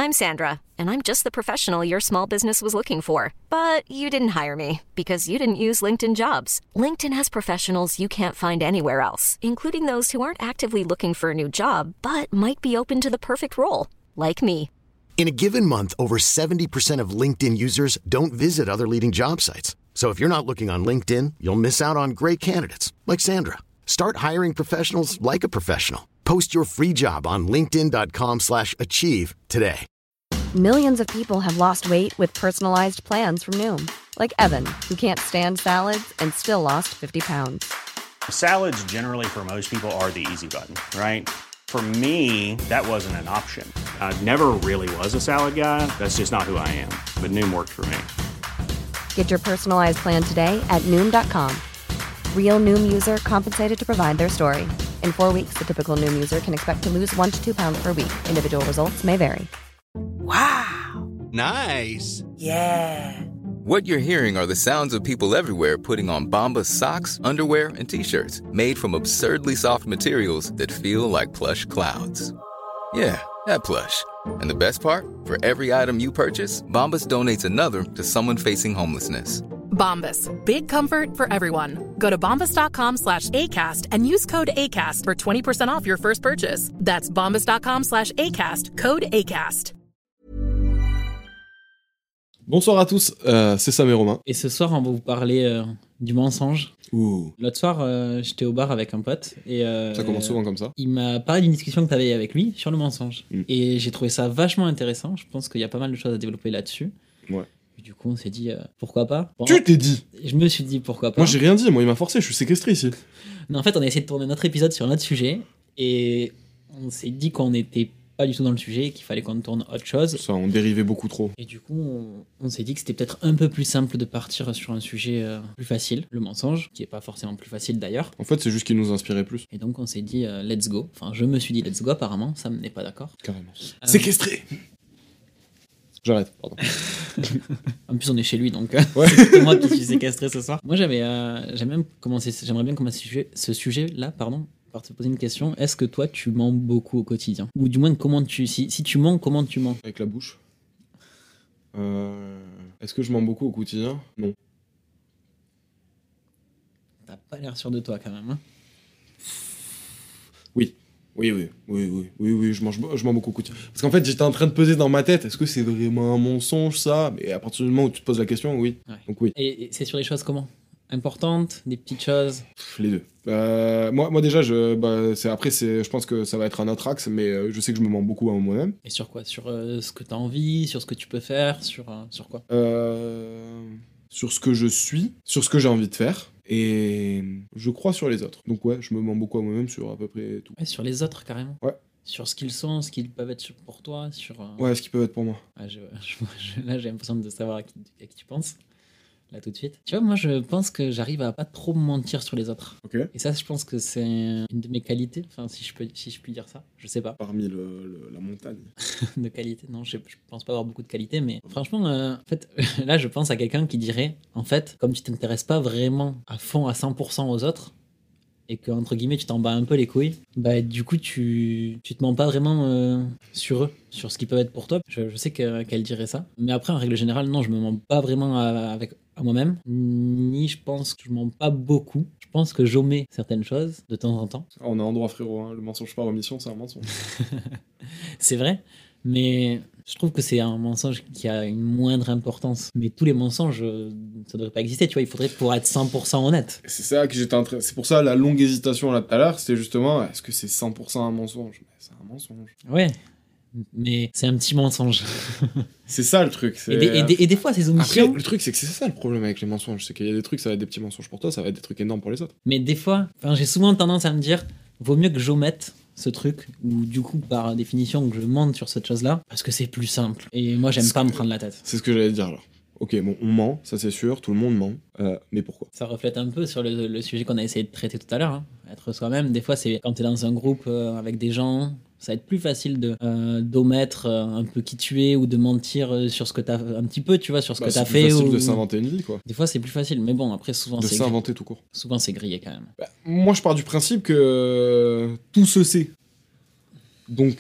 I'm Sandra, and I'm just the professional your small business was looking for. But you didn't hire me because you didn't use LinkedIn Jobs. LinkedIn has professionals you can't find anywhere else, including those who aren't actively looking for a new job, but might be open to the perfect role, like me. In a given month, over 70% of LinkedIn users don't visit other leading job sites. So if you're not looking on LinkedIn, you'll miss out on great candidates like Sandra. Start hiring professionals like a professional. Post your free job on linkedin.com/achieve today. Millions of people have lost weight with personalized plans from Noom. Like Evan, who can't stand salads and still lost 50 pounds. Salads generally for most people are the easy button, right? For me, that wasn't an option. I never really was a salad guy. That's just not who I am. But Noom worked for me. Get your personalized plan today at Noom.com. Real Noom user compensated to provide their story. In 4 weeks, the typical Noom user can expect to lose 1 to 2 pounds per week. Individual results may vary. Wow. Nice. Yeah. What you're hearing are the sounds of people everywhere putting on Bombas socks, underwear, and T-shirts made from absurdly soft materials that feel like plush clouds. Yeah, that plush. And the best part? For every item you purchase, Bombas donates another to someone facing homelessness. Bombas. Big comfort for everyone. Go to bombas.com/ACAST and use code ACAST for 20% off your first purchase. That's bombas.com/ACAST. Code ACAST. Bonsoir à tous, c'est Sam et Romain. Et ce soir, on va vous parler du mensonge. Ouh. L'autre soir, j'étais au bar avec un pote. Et, ça commence souvent comme ça. Il m'a parlé d'une discussion que tu avais avec lui sur le mensonge. Et j'ai trouvé ça vachement intéressant. Je pense qu'il y a pas mal de choses à développer là-dessus. Ouais. Et du coup, on s'est dit, pourquoi pas. Bon, tu t'es dit. Je me suis dit, pourquoi pas. Moi, j'ai rien dit. Moi, il m'a forcé. Je suis séquestré ici. Non, en fait, on a essayé de tourner notre épisode sur notre sujet. Et on s'est dit qu'on n'était pas du tout dans le sujet, qu'il fallait qu'on tourne autre chose. Ça, on dérivait beaucoup trop. Et du coup, on s'est dit que c'était peut-être un peu plus simple de partir sur un sujet plus facile, le mensonge, qui est pas forcément plus facile d'ailleurs. En fait, c'est juste qu'il nous inspirait plus. Et donc, on s'est dit let's go. Enfin, je me suis dit let's go, apparemment, ça n'est pas d'accord. Carrément. Séquestré. J'arrête, pardon. En plus, on est chez lui, donc ouais. c'est moi qui suis séquestré ce soir. Moi, j'aimerais bien commencer ce sujet-là, pardon, par te poser une question. Est-ce que toi, tu mens beaucoup au quotidien ? Ou du moins, si tu mens, comment tu mens ? Avec la bouche. Est-ce que je mens beaucoup au quotidien ? Non. T'as pas l'air sûr de toi, quand même. Hein ? Oui, je mens beaucoup au quotidien. Parce qu'en fait, j'étais en train de peser dans ma tête, est-ce que c'est vraiment un mensonge, ça ? Mais à partir du moment où tu te poses la question, oui. Ouais. Donc oui. Et c'est sur les choses comment ? Importantes, des petites choses ? Les deux. Moi déjà, je pense que ça va être un autre axe, mais je sais que je me mens beaucoup à moi-même. Et sur quoi ? Sur ce que t'as envie, sur ce que tu peux faire, sur quoi ? Sur ce que je suis, sur ce que j'ai envie de faire, et je crois sur les autres. Donc ouais, je me mens beaucoup à moi-même sur à peu près tout. Ouais, sur les autres, carrément. Ouais. Sur ce qu'ils sont, ce qu'ils peuvent être pour toi, sur... Ouais, ce qu'ils peuvent être pour moi. Ouais, là, j'ai l'impression de savoir à qui tu penses. Là, tout de suite. Tu vois, moi, je pense que j'arrive à pas trop mentir sur les autres. Ok. Et ça, je pense que c'est une de mes qualités. Enfin, si je puis dire ça. Je sais pas. Parmi la montagne. De qualité, non, je pense pas avoir beaucoup de qualité, mais franchement, en fait, là, je pense à quelqu'un qui dirait, en fait, comme tu t'intéresses pas vraiment à fond, à 100% aux autres, et que, entre guillemets, tu t'en bats un peu les couilles, bah, du coup, tu te mens pas vraiment sur eux, sur ce qu'ils peuvent être pour toi. Je sais qu'elle dirait ça. Mais après, en règle générale, non, je me mens pas vraiment à moi-même, ni je pense que je mens pas beaucoup. Je pense que j'omets certaines choses de temps en temps. On est en droit, frérot, hein. Le mensonge par omission, c'est un mensonge. C'est vrai, mais je trouve que c'est un mensonge qui a une moindre importance. Mais tous les mensonges, ça devrait pas exister, tu vois, il faudrait pour être 100% honnête. C'est ça que j'étais en train... C'est pour ça la longue hésitation là tout à l'heure, c'était justement, est-ce que c'est 100% un mensonge ? Mais c'est un mensonge. Ouais, mais c'est un petit mensonge. C'est ça le truc. Et des fois, ces omissions... Après, le truc, c'est que c'est ça le problème avec les mensonges, c'est qu'il y a des trucs, ça va être des petits mensonges pour toi, ça va être des trucs énormes pour les autres. Mais des fois, j'ai souvent tendance à me dire, vaut mieux que j'omette ce truc, ou du coup, par définition, que je mente sur cette chose-là, parce que c'est plus simple. Et moi, j'aime pas me prendre la tête. C'est ce que j'allais dire, alors. Ok, bon, on ment, ça c'est sûr, tout le monde ment, mais pourquoi ? Ça reflète un peu sur le sujet qu'on a essayé de traiter tout à l'heure, hein. Être soi-même. Des fois, c'est quand t'es dans un groupe avec des gens, ça va être plus facile d'omettre un peu qui tu es, ou de mentir sur ce que t'as un petit peu, tu vois, sur ce que t'as fait. C'est plus facile de s'inventer une vie, quoi. Des fois, c'est plus facile, mais bon, après, souvent de s'inventer tout court. Souvent, c'est grillé quand même. Moi, je pars du principe que tout se sait. Donc,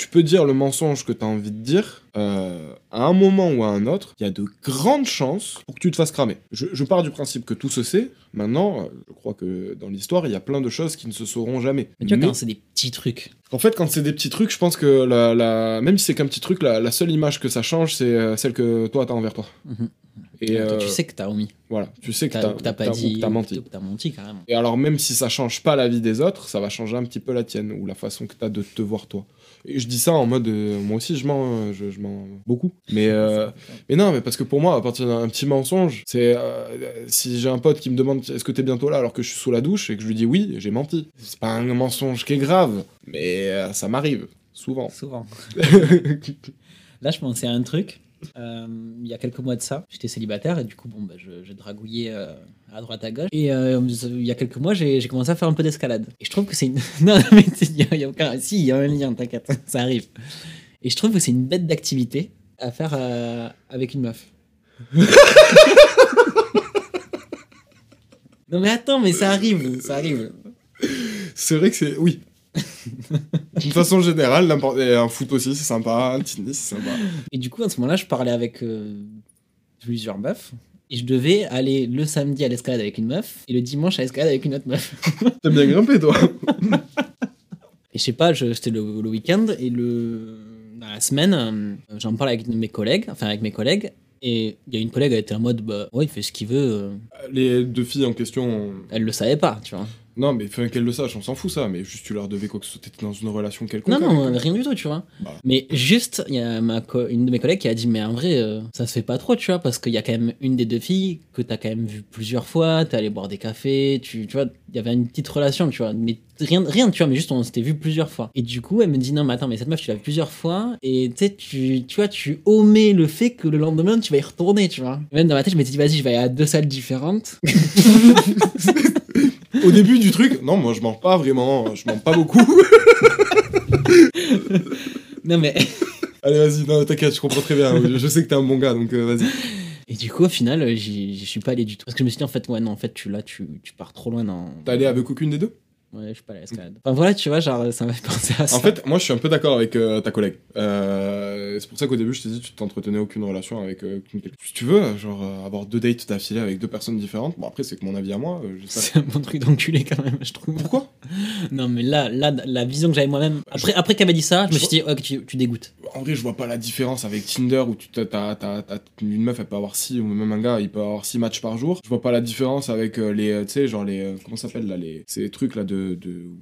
tu peux dire le mensonge que t'as envie de dire, à un moment ou à un autre, il y a de grandes chances pour que tu te fasses cramer. Je pars du principe que tout se sait. Maintenant, je crois que dans l'histoire, il y a plein de choses qui ne se sauront jamais. Mais tu vois, quand c'est des petits trucs. En fait, quand c'est des petits trucs, je pense que même si c'est qu'un petit truc, la seule image que ça change, c'est celle que toi, t'as envers toi. Et Toi, tu sais que t'as omis. Voilà, tu sais que t'as pas dit, que t'as menti. que t'as menti carrément. Et alors, même si ça change pas la vie des autres, ça va changer un petit peu la tienne, ou la façon que t'as de te voir toi. Et je dis ça en mode, moi aussi, je mens beaucoup. Mais non, mais parce que pour moi, à partir d'un petit mensonge, c'est si j'ai un pote qui me demande est-ce que t'es bientôt là alors que je suis sous la douche et que je lui dis oui, j'ai menti. C'est pas un mensonge qui est grave, mais ça m'arrive souvent. Là, je pensais à un truc. Il y a quelques mois de ça, j'étais célibataire et du coup, je dragouillais à droite à gauche. Et il y a quelques mois, j'ai commencé à faire un peu d'escalade. Et je trouve que c'est une. Non, mais il y a aucun. Si, il y a un lien, t'inquiète, ça arrive. Et je trouve que c'est une bête d'activité à faire avec une meuf. Non, mais attends, mais ça arrive. C'est vrai que c'est. Oui. De façon générale, un foot aussi, c'est sympa, un tennis, c'est sympa. Et du coup, à ce moment-là, je parlais avec plusieurs meufs. Et je devais aller le samedi à l'escalade avec une meuf et le dimanche à l'escalade avec une autre meuf. T'aimes bien grimper, toi? Et je sais pas, c'était le week-end et dans la semaine, j'en parle avec mes collègues. Et il y a une collègue, elle était en mode, ouais, il fait ce qu'il veut. Les deux filles en question. Elle le savait pas, tu vois. Non, mais qu'elle le sache, on s'en fout ça, mais juste tu leur devais quoi que ce soit, t'étais dans une relation quelconque. Non, rien du tout, tu vois. Bah. Mais juste, il y a une de mes collègues qui a dit, mais en vrai, ça se fait pas trop, tu vois, parce qu'il y a quand même une des deux filles que t'as quand même vu plusieurs fois, t'es allé boire des cafés, tu vois, il y avait une petite relation, tu vois, mais rien, tu vois, mais juste on s'était vu plusieurs fois. Et du coup, elle me dit, non, mais attends, mais cette meuf, tu l'as vu plusieurs fois, et tu vois, tu omets le fait que le lendemain, tu vas y retourner, tu vois. Et même dans ma tête, je m'étais dit, vas-y, je vais aller à 2 salles différentes. Au début du truc, non, moi je mens pas vraiment, je mens pas beaucoup. Non mais. Allez, vas-y, non, t'inquiète, je comprends très bien, je sais que t'es un bon gars, donc vas-y. Et du coup, au final, j'y suis pas allé du tout. Parce que je me suis dit, en fait, ouais, non, en fait, tu pars trop loin dans. T'es allé avec aucune des deux? Ouais, je suis pas allé à l'escalade. Enfin voilà, tu vois, genre, ça m'a fait penser à ça. En fait, moi, je suis un peu d'accord avec ta collègue. C'est pour ça qu'au début, je t'ai dit, tu t'entretenais aucune relation avec quelqu'un. Si tu veux, genre, avoir 2 dates d'affilée avec 2 personnes différentes, bon, après, c'est que mon avis à moi. C'est un bon truc d'enculé quand même, je trouve. Pourquoi? Non, mais là, la vision que j'avais moi-même. Après qu'elle m'a dit ça, je me suis dit, ok, tu dégoûtes. En vrai, je vois pas la différence avec Tinder où t'as une meuf, elle peut avoir 6, ou même un gars, il peut avoir 6 matchs par jour. Je vois pas la différence avec les, tu sais, genre les, comment ça s'appelle là, ces trucs là où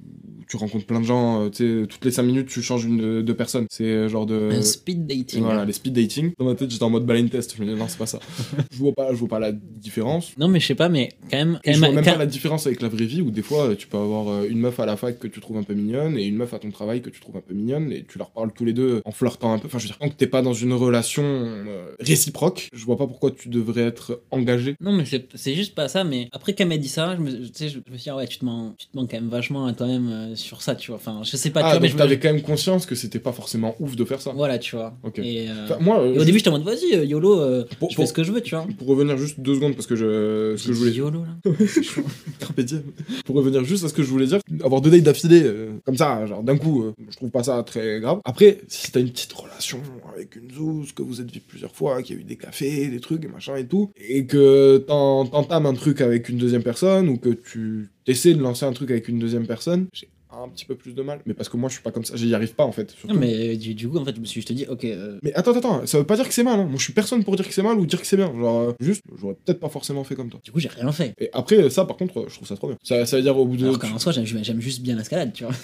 tu rencontres plein de gens, tu sais, toutes les 5 minutes tu changes de personne. C'est genre de. Un speed dating. Voilà, les speed dating. Dans ma tête, j'étais en mode blind test. Je me disais, non, c'est pas ça. je vois pas la différence. Non, mais je sais pas, mais quand même. Je vois même pas la différence avec la vraie vie où des fois, tu peux avoir une meuf à la fac que tu trouves un peu mignonne et une meuf à ton travail que tu trouves un peu mignonne et tu leur parles tous les deux en flirtant un peu. Enfin, je veux dire, tant que t'es pas dans une relation réciproque, je vois pas pourquoi tu devrais être engagé. Non, mais c'est juste pas ça, mais après qu'elle m'a dit ça, je me suis dit, ouais, tu te mens quand même vachement à toi-même sur ça, tu vois. Enfin, je sais pas, tu vois, mais t'avais quand même conscience que c'était pas forcément ouf de faire ça. Voilà, tu vois. Okay. Et, moi, et au début, j'étais en mode, vas-y, YOLO, je fais ce que je veux, tu vois. Pour revenir juste 2 secondes, parce que ce que je voulais. YOLO, là. Carpe diem. Pour revenir juste à ce que je voulais dire, avoir 2 dates d'affilée, comme ça, genre d'un coup, je trouve pas ça très grave. Après, si t'as une petite relation avec une zouze, que vous êtes vu plusieurs fois, qu'il y a eu des cafés, des trucs, et machin et tout, et que t'entames un truc avec une deuxième personne, ou que tu essaies de lancer un truc avec une deuxième personne, j'ai un petit peu plus de mal, mais parce que moi je suis pas comme ça, j'y arrive pas en fait. Surtout. Non, mais du coup en fait je te dis ok. Mais attends, ça veut pas dire que c'est mal, hein. Moi je suis personne pour dire que c'est mal ou dire que c'est bien, genre juste j'aurais peut-être pas forcément fait comme toi. Du coup j'ai rien fait. Et après ça par contre je trouve ça trop bien. Ça veut dire au bout de. Alors qu'en soi j'aime juste bien l'escalade, tu vois.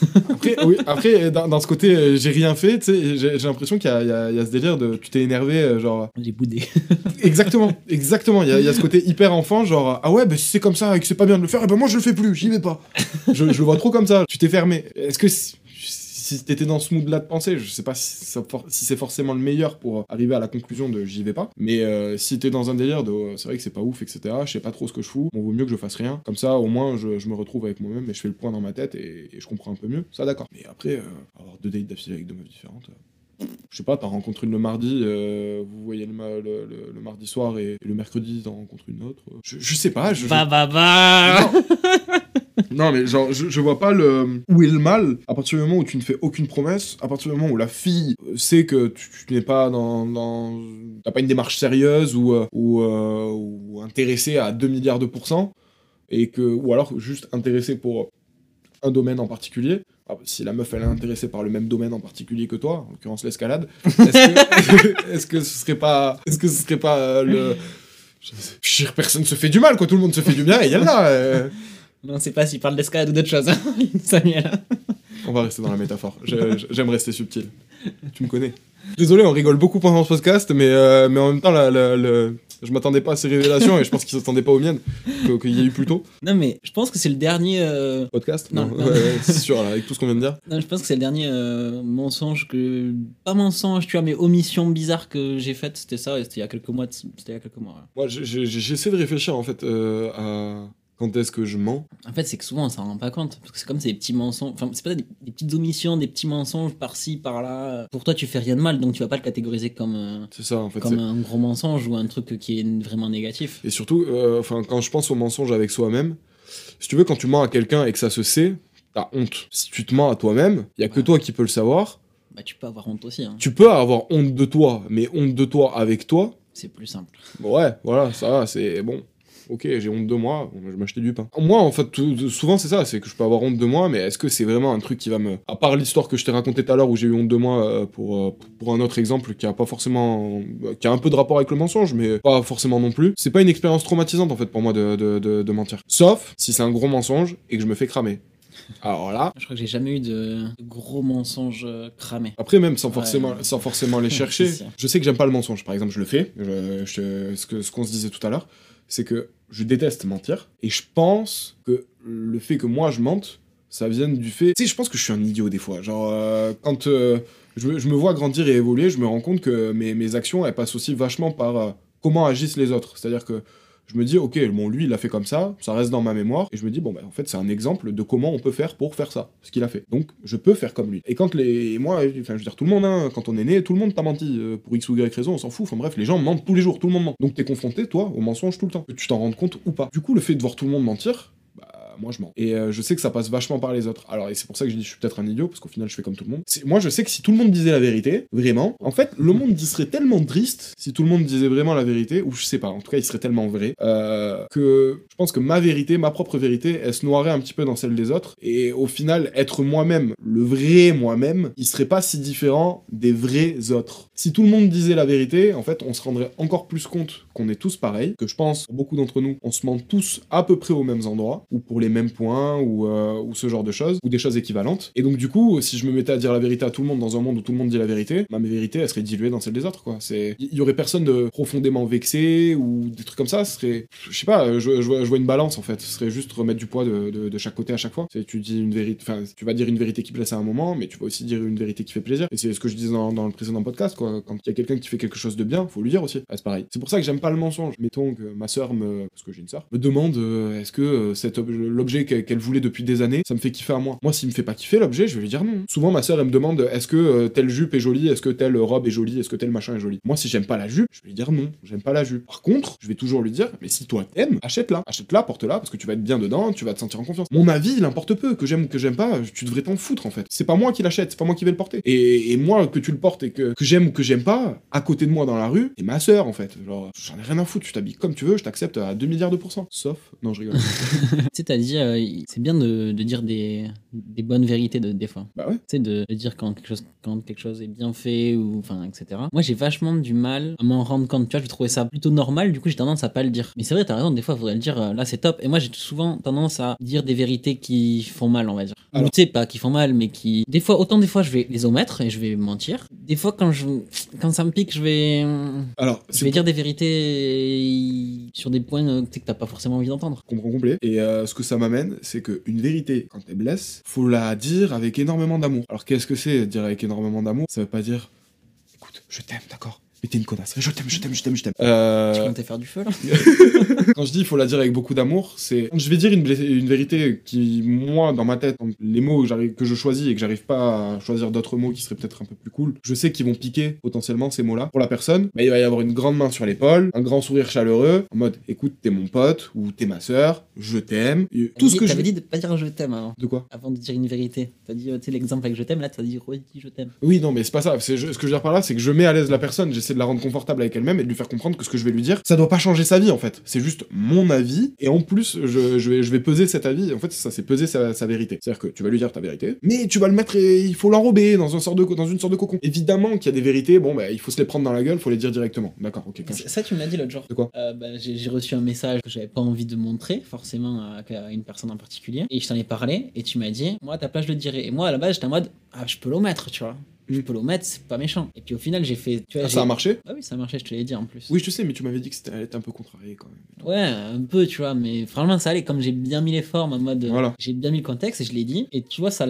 Après dans ce côté j'ai rien fait, tu sais, j'ai l'impression qu'il y a ce délire de tu t'es énervé genre. J'ai boudé. Exactement, il y a ce côté hyper enfant genre ah ouais bah si c'est comme ça et que c'est pas bien de le faire, et ben moi je le fais plus, j'y vais pas. je le vois trop comme ça. Tu t'es fermé. Est-ce que si t'étais dans ce mood-là de pensée, je sais pas si c'est forcément le meilleur pour arriver à la conclusion de j'y vais pas, mais si t'es dans un délire de c'est vrai que c'est pas ouf, etc., je sais pas trop ce que je fous, bon, vaut mieux que je fasse rien, comme ça au moins je me retrouve avec moi-même et je fais le point dans ma tête et je comprends un peu mieux, ça d'accord. Mais après, avoir 2 dates d'affilée avec 2 meufs différentes, je sais pas, t'en rencontres une le mardi, vous voyez le mardi soir et le mercredi t'en rencontres une autre, je sais pas. Non, mais genre, je vois pas où est le mal à partir du moment où tu ne fais aucune promesse, à partir du moment où la fille sait que tu n'es pas t'as pas une démarche sérieuse ou intéressé à 2 milliards de %, ou alors juste intéressé pour un domaine en particulier. Alors, si la meuf elle est intéressée par le même domaine en particulier que toi, en l'occurrence l'escalade, est-ce que ce serait pas le... Personne se fait du mal, quoi, tout le monde se fait du bien, et il y en a... Non, c'est pas s'il parle d'escalade ou d'autre chose, hein, Samuel. On va rester dans la métaphore, j'aime rester subtil. Tu me connais. Désolé, on rigole beaucoup pendant ce podcast, mais en même temps, je m'attendais pas à ces révélations, et je pense qu'ils s'attendaient pas aux miennes, qu'il y a eu plus tôt. Non, mais je pense que c'est le dernier... Podcast ? Non. Ouais, c'est sûr, là, avec tout ce qu'on vient de dire. Non, je pense que c'est le dernier mensonge pas mensonge, tu vois, mais omission bizarre que j'ai faite, c'était ça, et c'était il y a quelques mois. Ouais. Moi, j'essaie de réfléchir, en fait, à... Quand est-ce que je mens ? En fait, c'est que souvent on s'en rend pas compte. Parce que c'est comme des petits mensonges. Enfin, c'est pas des petites omissions, des petits mensonges par-ci, par-là. Pour toi, tu fais rien de mal, donc tu vas pas le catégoriser comme, c'est ça, en fait, comme un gros mensonge ou un truc qui est vraiment négatif. Et surtout, quand je pense au mensonge avec soi-même, si tu veux, quand tu mens à quelqu'un et que ça se sait, t'as honte. Si tu te mens à toi-même, il y a que toi qui peux le savoir. Bah, tu peux avoir honte aussi. Hein. Tu peux avoir honte de toi, mais honte de toi avec toi. C'est plus simple. Ouais, voilà, ça va, c'est bon. Ok, j'ai honte de moi, je vais m'acheter du pain. Moi, en fait, souvent c'est ça, c'est que je peux avoir honte de moi, mais est-ce que c'est vraiment un truc qui va me... À part l'histoire que je t'ai racontée tout à l'heure où j'ai eu honte de moi pour un autre exemple qui a pas forcément... qui a un peu de rapport avec le mensonge, mais pas forcément non plus. C'est pas une expérience traumatisante, en fait, pour moi de mentir. Sauf si c'est un gros mensonge et que je me fais cramer. Alors là... Je crois que j'ai jamais eu de gros mensonges cramés. Après, même sans forcément les chercher, Si. je sais que j'aime pas le mensonge. Par exemple, je le fais, ce qu'on se disait tout à l'heure, c'est que je déteste mentir, et je pense que le fait que moi je mente, ça vient du fait... Tu sais, je pense que je suis un idiot des fois. Genre, quand je me vois grandir et évoluer, je me rends compte que mes actions, elles passent aussi vachement par comment agissent les autres. C'est-à-dire que je me dis, ok, bon, lui, il a fait comme ça reste dans ma mémoire, et je me dis, bon, bah, en fait, c'est un exemple de comment on peut faire pour faire ça, ce qu'il a fait. Donc, je peux faire comme lui. Et quand moi, enfin, je veux dire, tout le monde, hein, quand on est né, tout le monde t'a menti. Pour X ou Y raison, on s'en fout. Enfin bref, les gens mentent tous les jours, tout le monde ment. Donc, t'es confronté, toi, au mensonge tout le temps. Que tu t'en rendes compte ou pas. Du coup, le fait de voir tout le monde mentir, moi je mens. Et je sais que ça passe vachement par les autres. Alors, et c'est pour ça que je dis je suis peut-être un idiot, parce qu'au final je fais comme tout le monde. Moi je sais que si tout le monde disait la vérité, vraiment, en fait, le monde il serait tellement triste si tout le monde disait vraiment la vérité, ou je sais pas, en tout cas il serait tellement vrai, que je pense que ma vérité, ma propre vérité, elle se noierait un petit peu dans celle des autres, et au final, être moi-même, le vrai moi-même, il serait pas si différent des vrais autres. Si tout le monde disait la vérité, en fait, on se rendrait encore plus compte qu'on est tous pareils, que je pense, pour beaucoup d'entre nous, on se ment tous à peu près aux mêmes endroits, ou pour les mêmes points, ou ce genre de choses, ou des choses équivalentes. Et donc du coup, si je me mettais à dire la vérité à tout le monde dans un monde où tout le monde dit la vérité, ma vérité, elle serait diluée dans celle des autres, quoi. Il y aurait personne de profondément vexé, ou des trucs comme ça, ce serait... Je sais pas, je vois une balance, en fait. Ce serait juste remettre du poids de chaque côté à chaque fois. Tu dis une vérité... Enfin, tu vas dire une vérité qui blesse à un moment, mais tu vas aussi dire une vérité qui fait plaisir. Et c'est ce que je disais dans le précédent podcast, quoi. Quand il y a quelqu'un qui fait quelque chose de bien, faut lui dire aussi. C'est pareil. C'est pour ça que j'aime pas le mensonge. Mettons que ma sœur parce que j'ai une sœur, me demande est-ce que l'objet qu'elle voulait depuis des années, ça me fait kiffer à moi. Moi, s'il me fait pas kiffer l'objet, je vais lui dire non. Souvent, ma sœur, elle me demande est-ce que telle jupe est jolie, est-ce que telle robe est jolie, est-ce que tel machin est joli. Moi, si j'aime pas la jupe, je vais lui dire non, j'aime pas la jupe. Par contre, je vais toujours lui dire mais si toi t'aimes, achète-la, porte-la, parce que tu vas être bien dedans, tu vas te sentir en confiance. Mon avis, il importe peu, que j'aime ou que j'aime pas, tu devrais t'en foutre en fait. C'est pas moi qui l'achète, c'est pas moi qui vais le porter. Et moi, que tu le portes et que j'aime ou que j'aime pas, à côté de moi dans la rue, et ma sœur en fait. Genre, j'en ai rien à foutre, tu t'habilles comme tu veux, je t'accepte à 2 milliards de %. Sauf, non, je rigole. Tu sais, t'as dit, c'est bien de dire des bonnes vérités des fois. Bah ouais. Tu sais, de dire quand quelque chose est bien fait, ou enfin, etc. Moi, j'ai vachement du mal à m'en rendre compte. Tu vois, je trouvais ça plutôt normal, du coup, j'ai tendance à pas le dire. Mais c'est vrai, t'as raison, des fois, il faudrait le dire, là, c'est top. Et moi, j'ai souvent tendance à dire des vérités qui font mal, on va dire. Ou tu sais, pas qui font mal, mais qui... Des fois, je vais les omettre et je vais mentir. Des fois, quand ça me pique, je vais dire des vérités sur des points que t'as pas forcément envie d'entendre. Je comprends complet. Et ce que ça m'amène, c'est qu'une vérité, quand elle blesse, faut la dire avec énormément d'amour. Alors qu'est-ce que c'est dire avec énormément d'amour ? Ça veut pas dire écoute, je t'aime, d'accord ? Mais mais t'es une connasse. Je t'aime. Tu comptais faire du feu là? Quand je dis il faut la dire avec beaucoup d'amour, c'est je vais dire une vérité qui, moi, dans ma tête, les mots que je choisis et que j'arrive pas à choisir d'autres mots qui seraient peut-être un peu plus cool, je sais qu'ils vont piquer potentiellement ces mots-là pour la personne, mais il va y avoir une grande main sur l'épaule, un grand sourire chaleureux, en mode écoute, t'es mon pote ou t'es ma sœur, je t'aime. Tout ce que t'avais dit de pas dire je t'aime avant. De quoi? Avant de dire une vérité. T'as dit, tu sais, l'exemple avec je t'aime, là t'as dit redis je t'aime. Oui, non, mais c'est pas ça. Ce que je veux dire par là, c'est que je mets à l'aise la personne, j'essaie de la rendre confortable avec elle-même et de lui faire comprendre que ce que je vais lui dire, ça doit pas changer sa vie en fait. C'est juste mon avis et en plus, je vais peser cet avis. En fait, ça, c'est peser sa vérité. C'est-à-dire que tu vas lui dire ta vérité, mais tu vas le mettre et il faut l'enrober dans une sorte de cocon. Évidemment qu'il y a des vérités, bon, bah, il faut se les prendre dans la gueule, faut les dire directement. D'accord, ok. Ça, tu me l'as dit l'autre jour. De quoi? J'ai reçu un message que j'avais pas envie de montrer, forcément, à une personne en particulier, et je t'en ai parlé, et tu m'as dit, moi, à ta place, je le dirais. Et moi, à la base, j'étais en mode, je peux l'omettre, tu vois. Je peux l'omettre, c'est pas méchant. Et puis au final, j'ai fait. Tu vois, ça a marché? Ah oui, ça a marché, je te l'ai dit en plus. Oui, je sais, mais tu m'avais dit que elle était un peu contrariée quand même. Ouais, un peu, tu vois, mais franchement, ça allait. Comme j'ai bien mis les formes en mode. Voilà. J'ai bien mis le contexte et je l'ai dit. Et tu vois,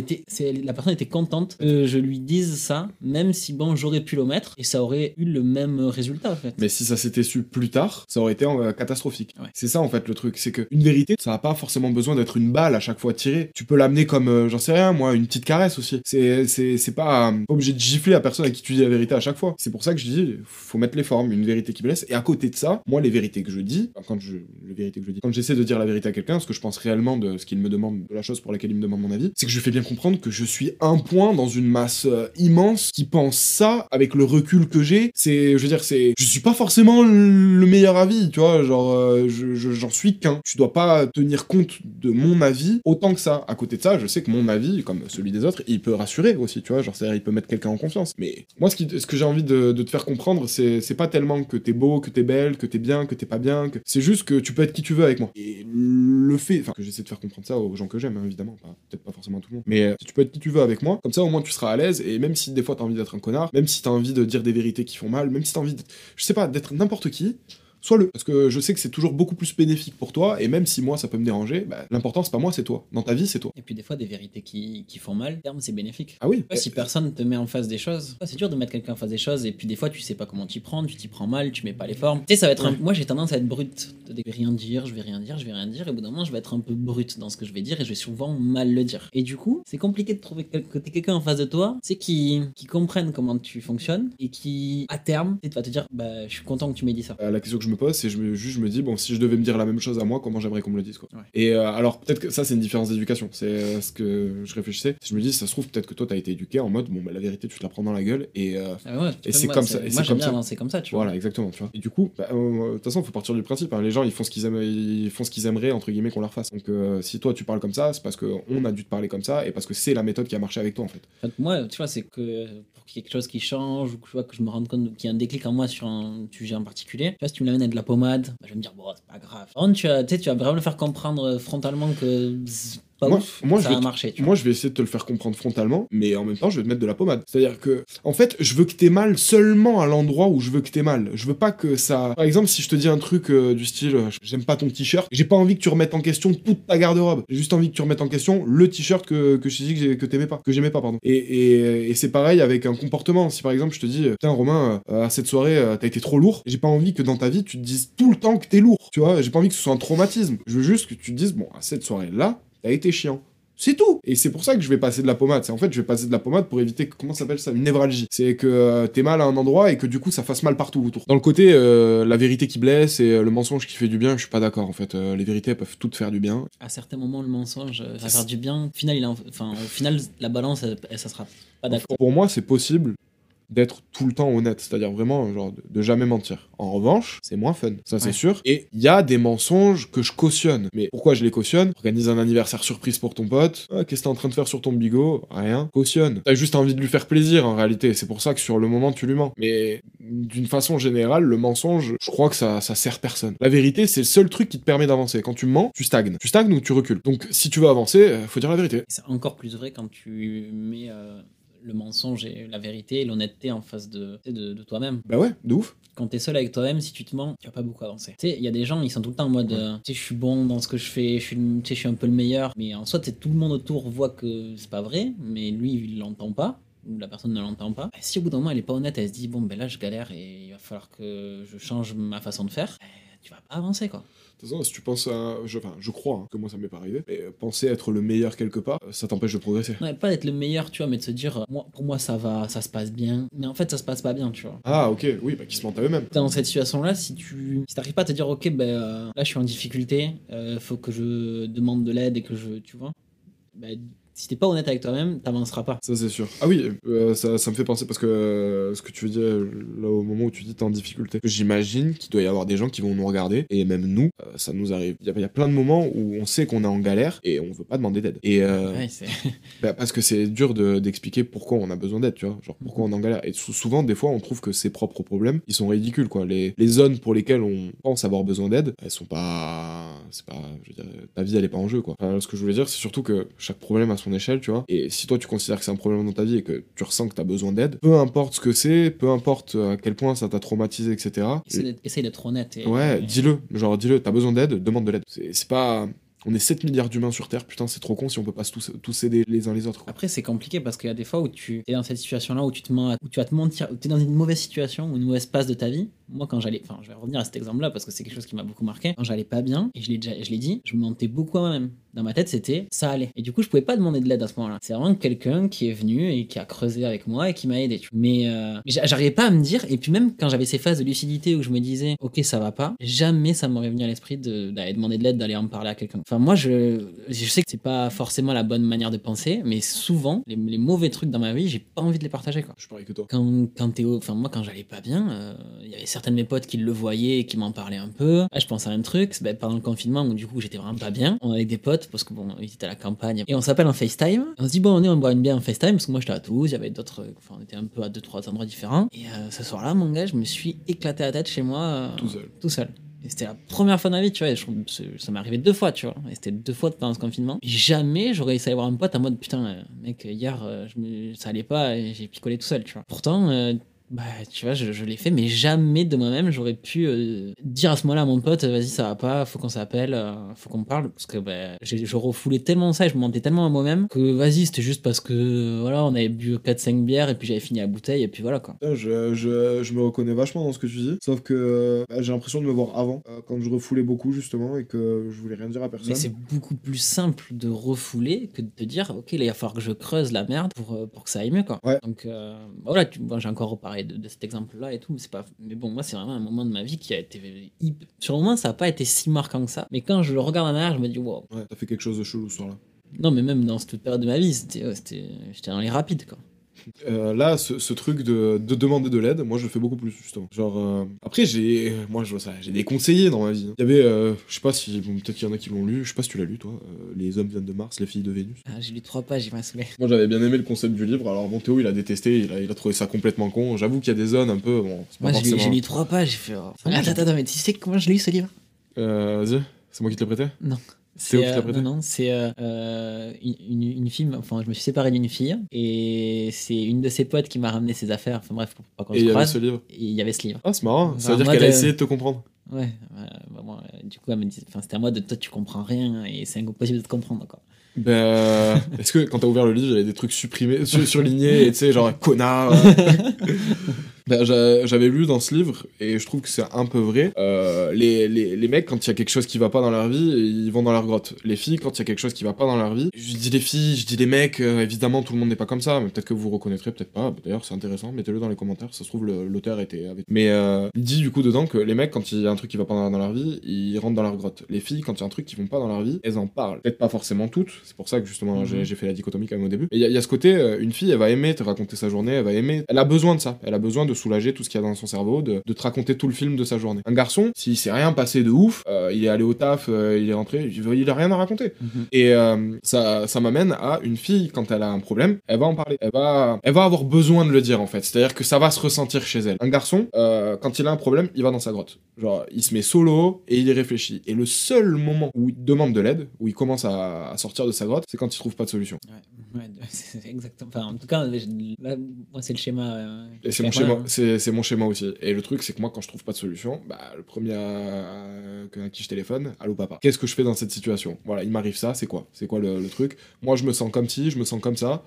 la personne était contente que je lui dise ça, même si bon, j'aurais pu l'omettre et ça aurait eu le même résultat en fait. Mais si ça s'était su plus tard, ça aurait été catastrophique. Ouais. C'est ça en fait le truc, c'est qu'une vérité, ça n'a pas forcément besoin d'être une balle à chaque fois tirée. Tu peux l'amener comme, j'en sais rien, moi, une petite caresse aussi. C'est pas obligé de gifler la personne à qui tu dis la vérité à chaque fois. C'est pour ça que je dis, faut mettre les formes, une vérité qui blesse. Et à côté de ça, moi, les vérités que je dis, quand j'essaie de dire la vérité à quelqu'un, ce que je pense réellement de ce qu'il me demande, de la chose pour laquelle il me demande mon avis, c'est que je fais bien comprendre que je suis un point dans une masse immense qui pense ça avec le recul que j'ai. Je suis pas forcément le meilleur avis, tu vois, genre, j'en suis qu'un. Tu dois pas tenir compte de mon avis autant que ça. À côté de ça, je sais que mon avis, comme celui des autres, il peut rassurer aussi, tu vois, genre, c'est-à-dire, il peut mettre quelqu'un en confiance. Mais moi, ce que j'ai envie de te faire comprendre, c'est pas tellement que t'es beau, que t'es belle, que t'es bien, que t'es pas bien, c'est juste que tu peux être qui tu veux avec moi. Et le fait, que j'essaie de faire comprendre ça aux gens que j'aime, hein, évidemment, peut-être pas forcément à tout le monde, mais tu peux être qui tu veux avec moi, comme ça au moins tu seras à l'aise, et même si des fois t'as envie d'être un connard, même si t'as envie de dire des vérités qui font mal, même si t'as envie d'être n'importe qui, sois-le. Parce que je sais que c'est toujours beaucoup plus bénéfique pour toi, et même si moi ça peut me déranger, l'important c'est pas moi, c'est toi. Dans ta vie, c'est toi. Et puis des fois, des vérités qui font mal, terme, c'est bénéfique. Ah oui. Si personne te met en face des choses, c'est dur de mettre quelqu'un en face des choses, et puis des fois, tu sais pas comment t'y prendre, tu t'y prends mal, tu mets pas les formes. Tu sais, ça va être moi j'ai tendance à être brut. Je vais rien dire, et au bout d'un moment, je vais être un peu brut dans ce que je vais dire, et je vais souvent mal le dire. Et du coup, c'est compliqué de trouver que t'aies quelqu'un en face de toi, c'est qui comprenne comment tu fonctionnes, et qui, à terme, va te dire, je suis content que tu m'aies dit ça. La question que je me pose, c'est je me dis, bon, si je devais me dire la même chose à moi, comment j'aimerais qu'on me le dise, quoi. Ouais. Et alors, peut-être que ça, c'est une différence d'éducation. C'est ce que je réfléchissais. Je me dis, ça se trouve, peut-être que toi, t'as été éduqué en mode, la vérité, tu te la prends dans la gueule, et c'est comme ça. Moi, j'aime bien avancer comme ça, tu vois. Voilà, exactement, tu vois. Et du coup, de toute façon, faut partir du principe, hein. Les gens, ils font ce qu'ils aimeraient, entre guillemets, qu'on leur fasse. Donc, si toi, tu parles comme ça, c'est parce qu'on a dû te parler comme ça, et parce que c'est la méthode qui a marché avec toi, en fait. En fait, moi, tu vois, c'est que pour qu'il y ait quelque chose qui change, ou que je me rende compte qu'il y a un déclic en moi sur un sujet en particulier, tu vois, si tu me l'amènes à de la pommade, je vais me dire, bon, c'est pas grave. Par contre, tu vas vraiment le faire comprendre frontalement que ça a marché. Moi, je vais essayer de te le faire comprendre frontalement, mais en même temps, je vais te mettre de la pommade. C'est-à-dire que, en fait, je veux que t'aies mal seulement à l'endroit où je veux que t'aies mal. Je veux pas que ça... Par exemple, si je te dis un truc du style, j'aime pas ton t-shirt, j'ai pas envie que tu remettes en question toute ta garde-robe. J'ai juste envie que tu remettes en question le t-shirt que je t'ai dit que t'aimais pas, que j'aimais pas, pardon. Et c'est pareil avec un comportement. Si par exemple, je te dis, putain, Romain, à cette soirée, t'as été trop lourd, j'ai pas envie que dans ta vie, tu te dises tout le temps que t'es lourd. Tu vois, j'ai pas envie que ce soit un traumatisme. Je veux juste que tu te dises, bon, à cette soirée-là, t'as été chiant. C'est tout. Et c'est pour ça que je vais passer de la pommade. C'est en fait, je vais passer de la pommade pour éviter, comment ça s'appelle ça, une névralgie. C'est que t'es mal à un endroit et que du coup, ça fasse mal partout autour. Dans le côté, la vérité qui blesse et le mensonge qui fait du bien, je suis pas d'accord en fait. Les vérités, elles peuvent toutes faire du bien. À certains moments, le mensonge va faire du bien. Au final, la balance, ça sera pas d'accord. Pour moi, c'est possible d'être tout le temps honnête, c'est-à-dire vraiment genre de jamais mentir. En revanche, c'est moins fun, ça c'est sûr. Et il y a des mensonges que je cautionne. Mais pourquoi je les cautionne? Organise un anniversaire surprise pour ton pote. Qu'est-ce que t'es en train de faire sur ton bigot? Rien. Cautionne. T'as juste envie de lui faire plaisir en réalité. C'est pour ça que sur le moment tu lui mens. Mais d'une façon générale, le mensonge, je crois que ça sert personne. La vérité, c'est le seul truc qui te permet d'avancer. Quand tu mens, tu stagnes. Tu stagnes ou tu recules. Donc si tu veux avancer, faut dire la vérité. C'est encore plus vrai quand tu mets le mensonge et la vérité et l'honnêteté en face de toi-même. Bah ouais, de ouf. Quand t'es seul avec toi-même, si tu te mens, tu vas pas beaucoup avancer. Tu sais, il y a des gens, ils sont tout le temps en mode, tu sais, je suis bon dans ce que je fais, je suis un peu le meilleur. Mais en soi, tout le monde autour voit que c'est pas vrai, mais lui, il l'entend pas. où la personne ne l'entend pas, si au bout d'un moment elle est pas honnête, elle se dit bon ben là je galère et il va falloir que je change ma façon de faire, tu vas pas avancer quoi. De toute façon, si tu penses à. Je crois que moi ça m'est pas arrivé, mais penser être le meilleur quelque part, ça t'empêche de progresser. Ouais, pas d'être le meilleur, tu vois, mais de se dire pour moi ça va, ça se passe bien, mais en fait ça se passe pas bien, tu vois. Ah, ok, oui, bah qui se mentent à eux-mêmes. Dans cette situation-là, si t'arrives pas à te dire ok, là je suis en difficulté, faut que je demande de l'aide et que tu vois, si t'es pas honnête avec toi-même, t'avanceras pas. Ça, c'est sûr. Ah oui, ça me fait penser, parce que ce que tu veux dire, là, au moment où tu dis t'es en difficulté, j'imagine qu'il doit y avoir des gens qui vont nous regarder, et même nous, ça nous arrive. Il y a plein de moments où on sait qu'on est en galère, et on veut pas demander d'aide. Et Ouais, parce que c'est dur d'expliquer pourquoi on a besoin d'aide, tu vois, genre pourquoi on est en galère. Et souvent, des fois, on trouve que ses propres problèmes, ils sont ridicules, quoi. Les zones pour lesquelles on pense avoir besoin d'aide, elles sont pas... je veux dire, ta vie, elle est pas en jeu, quoi. Enfin, ce que je voulais dire, c'est surtout que chaque problème a son échelle, tu vois. Et si toi tu considères que c'est un problème dans ta vie et que tu ressens que t'as besoin d'aide, peu importe ce que c'est, peu importe à quel point ça t'a traumatisé, etc. Essaye d'être honnête. Ouais, dis-le, t'as besoin d'aide, demande de l'aide. C'est pas... On est 7 milliards d'humains sur Terre, putain, c'est trop con si on peut pas tous aider les uns les autres, quoi. Après, c'est compliqué parce qu'il y a des fois où tu es dans cette situation-là où où tu vas te mentir, où tu es dans une mauvaise situation ou une mauvaise passe de ta vie. Moi, quand je vais revenir à cet exemple-là parce que c'est quelque chose qui m'a beaucoup marqué. Quand j'allais pas bien, et je l'ai dit, je me mentais beaucoup à moi-même. Dans ma tête, c'était ça allait. Et du coup, je pouvais pas demander de l'aide à ce moment-là. C'est vraiment quelqu'un qui est venu et qui a creusé avec moi et qui m'a aidé. Mais j'arrivais pas à me dire. Et puis même quand j'avais ces phases de lucidité où je me disais, ok, ça va pas, jamais ça m'aurait venu à l'esprit d'aller demander de l'aide, d'aller en parler à quelqu'un. Enfin, moi, je sais que c'est pas forcément la bonne manière de penser, mais souvent, les mauvais trucs dans ma vie, j'ai pas envie de les partager, quoi. Je suis pareil que toi. Moi, quand j'allais pas bien, il y avait certains de mes potes qui le voyaient et qui m'en parlaient un peu. Là, je pense à un truc, pendant le confinement où du coup j'étais vraiment pas bien, on avait des potes parce que bon, ils étaient à la campagne et on s'appelle en FaceTime. On se dit bon, on boit une bière en FaceTime parce que moi j'étais à Toulouse, il y avait d'autres, on était un peu à 2-3 endroits différents. Et ce soir-là, mon gars, je me suis éclaté la tête chez moi tout seul. Et c'était la première fois de ma vie, tu vois, ça m'est arrivé 2 fois, tu vois, et c'était 2 fois pendant ce confinement. Et jamais j'aurais essayé d'aller voir un pote en mode putain, mec, hier, ça allait pas et j'ai picolé tout seul, tu vois. Pourtant, tu vois, je l'ai fait, mais jamais de moi-même j'aurais pu dire à ce moment-là à mon pote, vas-y, ça va pas, faut qu'on s'appelle, faut qu'on parle, parce que je refoulais tellement ça et je me mentais tellement à moi-même que vas-y, c'était juste parce que voilà, on avait bu 4-5 bières et puis j'avais fini la bouteille et puis voilà quoi. Je me reconnais vachement dans ce que tu dis, sauf que j'ai l'impression de me voir avant, quand je refoulais beaucoup justement et que je voulais rien dire à personne. Mais c'est beaucoup plus simple de refouler que de te dire, ok, là il va falloir que je creuse la merde pour que ça aille mieux quoi. Ouais. Donc voilà, j'ai encore reparlé de cet exemple-là et tout, mais bon, moi c'est vraiment un moment de ma vie qui a été sur le moment ça a pas été si marquant que ça, mais quand je le regarde en arrière je me dis wow. Ouais, t'as fait quelque chose de chelou ce soir-là. Non mais même dans cette période de ma vie j'étais dans les rapides quoi. Là, ce truc de demander de l'aide, moi je le fais beaucoup plus justement. Genre, après j'ai des conseillers dans ma vie. Il y avait, je sais pas si, peut-être qu'il y en a qui l'ont lu, je sais pas si tu l'as lu toi, Les hommes viennent de Mars, les filles de Vénus. Ah, j'ai lu 3 pages, il m'a saoulé. Moi j'avais bien aimé le concept du livre, alors bon Théo il a détesté, il a trouvé ça complètement con. J'avoue qu'il y a des zones un peu, bon, c'est pas forcément... j'ai lu 3 pages, j'ai fait... Oh. Attends, mais tu sais comment je l'ai eu ce livre? Vas-y, c'est moi qui te l'ai prêté? Non. C'est une fille, enfin je me suis séparé d'une fille et c'est une de ses potes qui m'a ramené ses affaires, enfin bref, pour pas qu'on se croise. Et il y avait ce livre. Et il y avait ce livre. Ah c'est marrant, ça veut dire qu'elle a essayé de te comprendre. Ouais, du coup elle me dit, enfin c'était à moi de toi tu comprends rien et c'est impossible de te comprendre quoi. Est-ce que quand t'as ouvert le livre, il y avait des trucs supprimés, surlignés, et tu sais, genre connard. J'avais lu dans ce livre, et je trouve que c'est un peu vrai. Les mecs, quand il y a quelque chose qui va pas dans leur vie, ils vont dans leur grotte. Les filles, quand il y a quelque chose qui va pas dans leur vie, je dis les filles, je dis les mecs, évidemment tout le monde n'est pas comme ça, mais peut-être que vous reconnaîtrez, peut-être pas. D'ailleurs, c'est intéressant, mettez-le dans les commentaires, ça se trouve l'auteur était avec. Mais il dit du coup dedans que les mecs, quand il y a un truc qui va pas dans leur vie, ils rentrent dans leur grotte. Les filles, quand il y a un truc qui vont pas dans leur vie, elles en parlent. Peut-être pas forcément toutes. C'est pour ça que justement j'ai fait la dichotomie quand même au début. Et il y a ce côté, une fille elle va aimer te raconter sa journée, elle a besoin de ça, elle a besoin de soulager tout ce qu'il y a dans son cerveau, de te raconter tout le film de sa journée. Un garçon, s'il s'est rien passé de ouf, il est allé au taf, il est rentré, il a rien à raconter. Et ça m'amène à une fille, quand elle a un problème, elle va en parler, elle va avoir besoin de le dire en fait, c'est-à-dire que ça va se ressentir chez elle. Un garçon, quand il a un problème, il va dans sa grotte, genre il se met solo et il y réfléchit, et le seul moment où il demande de l'aide, où il commence à sortir de sa grotte, c'est quand il trouve pas de solution. Ouais, c'est exactement. Enfin, en tout cas, là, moi, c'est le schéma. Et c'est mon schéma, c'est mon schéma aussi. Et le truc, c'est que moi, quand je trouve pas de solution, le premier à qui je téléphone, allô papa. Qu'est-ce que je fais dans cette situation? Voilà, il m'arrive ça, c'est quoi? C'est quoi le truc? Moi, je me sens comme ci, je me sens comme ça.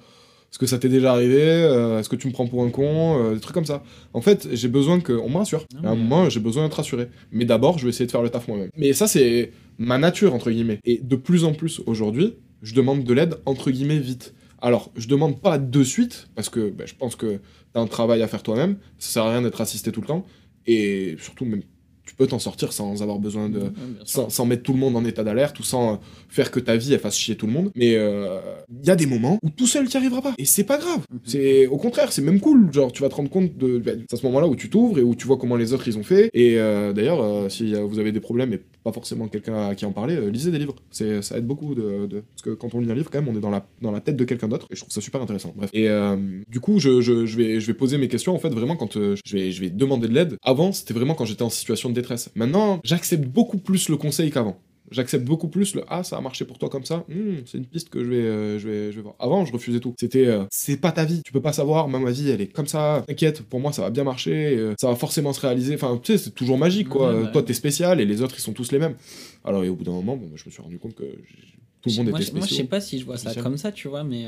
Est-ce que ça t'est déjà arrivé? Est-ce que tu me prends pour un con? Des trucs comme ça. En fait, j'ai besoin qu'on me rassure. À un moment, j'ai besoin d'être rassuré. Mais d'abord, je vais essayer de faire le taf moi-même. Mais ça, c'est ma nature, entre guillemets. Et de plus en plus, aujourd'hui, je demande de l'aide, entre guillemets, vite. Alors, je demande pas de suite, parce que je pense que t'as un travail à faire toi-même, ça sert à rien d'être assisté tout le temps, et surtout, même, tu peux t'en sortir sans avoir besoin de... sans mettre tout le monde en état d'alerte, ou sans faire que ta vie, elle fasse chier tout le monde, mais il y a des moments où tout seul, t'y arriveras pas, et c'est pas grave, c'est au contraire, c'est même cool, genre, tu vas te rendre compte de... c'est à ce moment-là où tu t'ouvres, et où tu vois comment les autres, ils ont fait, et d'ailleurs, si vous avez des problèmes, et pas forcément quelqu'un à qui en parler, lisez des livres. Ça aide beaucoup parce que quand on lit un livre, quand même, on est dans la tête de quelqu'un d'autre, et je trouve ça super intéressant. Bref. Et du coup, je vais poser mes questions, en fait, vraiment, quand je vais demander de l'aide. Avant, c'était vraiment quand j'étais en situation de détresse. Maintenant, j'accepte beaucoup plus le conseil qu'avant. J'accepte beaucoup plus le « Ah, ça a marché pour toi comme ça, c'est une piste que je vais voir. » Avant, je refusais tout. C'était c'est pas ta vie, tu peux pas savoir, ma vie, elle est comme ça, t'inquiète, pour moi, ça va bien marcher, ça va forcément se réaliser. Enfin, tu sais, c'est toujours magique, quoi. Toi, t'es spécial, et les autres, ils sont tous les mêmes. Alors, et au bout d'un moment, je me suis rendu compte que tout le monde était spécial. Moi, je sais pas si je vois ça comme ça, tu vois, mais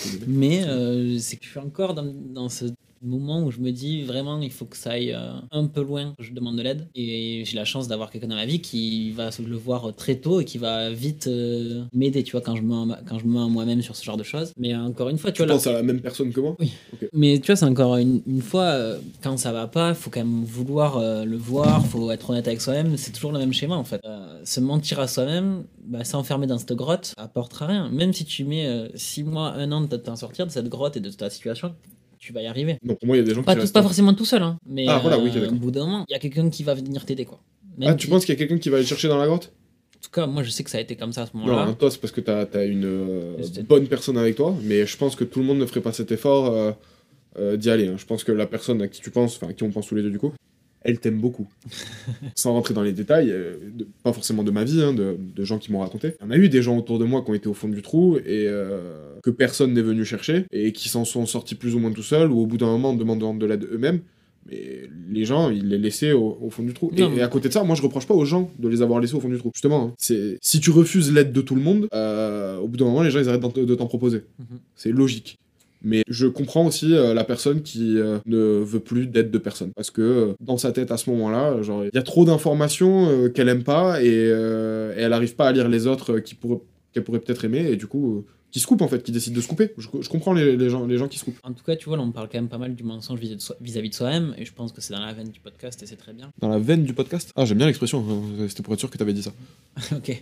c'est que je suis encore dans ce moment où je me dis vraiment il faut que ça aille un peu loin, je demande de l'aide, et j'ai la chance d'avoir quelqu'un dans ma vie qui va le voir très tôt et qui va vite m'aider, tu vois, quand je me mets à moi-même sur ce genre de choses. Mais encore une fois, tu vois, penses à la même personne que moi? Oui. Okay. Mais tu vois, c'est encore une fois, quand ça va pas, faut quand même vouloir le voir, faut être honnête avec soi-même, c'est toujours le même schéma en fait. Se mentir à soi-même, s'enfermer dans cette grotte, ça apportera rien. Même si tu mets 6 mois, 1 an de t'en sortir de cette grotte et de ta situation, tu vas y arriver. Donc pour moi, il y a des gens pas forcément tout seul, hein, mais voilà, oui, au bout d'un moment, il y a quelqu'un qui va venir t'aider, quoi. Tu penses qu'il y a quelqu'un qui va aller chercher dans la grotte? En tout cas, moi, je sais que ça a été comme ça à ce moment-là. Non, toi, c'est parce que t'as une bonne personne avec toi, mais je pense que tout le monde ne ferait pas cet effort d'y aller. Hein. Je pense que la personne à qui tu penses, enfin, à qui on pense tous les deux du coup, elle t'aime beaucoup. Sans rentrer dans les détails, pas forcément de ma vie, hein, de gens qui m'ont raconté. Il y en a eu des gens autour de moi qui ont été au fond du trou et que personne n'est venu chercher et qui s'en sont sortis plus ou moins tout seuls ou au bout d'un moment en demandant de l'aide eux-mêmes. Mais les gens, ils les laissaient au fond du trou. Et à côté de ça, moi je reproche pas aux gens de les avoir laissés au fond du trou. Justement, hein, si tu refuses l'aide de tout le monde, au bout d'un moment, les gens ils arrêtent de t'en proposer. C'est logique. Mais je comprends aussi la personne qui ne veut plus d'aide de personne. Parce que dans sa tête, à ce moment-là, genre, il y a trop d'informations qu'elle aime pas et elle arrive pas à lire les autres qu'elle pourrait peut-être aimer. Et du coup, qui se coupent en fait, qui décident de se couper. Je comprends les gens qui se coupent. En tout cas, tu vois, là, on parle quand même pas mal du mensonge vis-à-vis de soi-même. Et je pense que c'est dans la veine du podcast et c'est très bien. Dans la veine du podcast? Ah, j'aime bien l'expression. C'était pour être sûr que t'avais dit ça. Ok.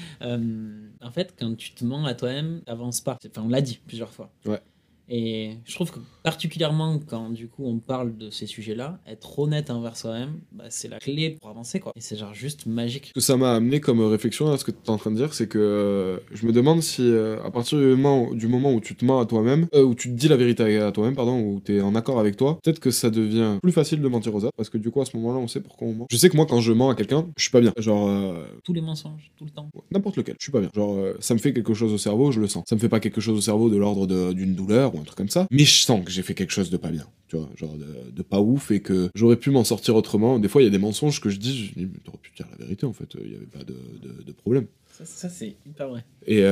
En fait, quand tu te mens à toi-même, t'avances pas. Enfin, on l'a dit plusieurs fois. Ouais. Et je trouve que particulièrement quand du coup on parle de ces sujets-là, être honnête envers soi-même, c'est la clé pour avancer, quoi. Et c'est genre juste magique. Ce que ça m'a amené comme réflexion à ce que tu es en train de dire, c'est que je me demande si à partir du moment où tu te mens à toi-même, où tu te dis la vérité à toi-même, pardon, où tu es en accord avec toi, peut-être que ça devient plus facile de mentir aux autres, parce que du coup à ce moment-là on sait pourquoi on ment. Je sais que moi quand je mens à quelqu'un, je suis pas bien. Genre tous les mensonges, tout le temps. N'importe lequel, je suis pas bien. Genre ça me fait quelque chose au cerveau, je le sens. Ça me fait pas quelque chose au cerveau de l'ordre d'une douleur ou un truc comme ça, mais je sens que j'ai fait quelque chose de pas bien, tu vois, genre de pas ouf et que j'aurais pu m'en sortir autrement. Des fois, il y a des mensonges que je dis, mais t'aurais pu dire la vérité en fait, il y avait pas de problème. Ça c'est hyper vrai.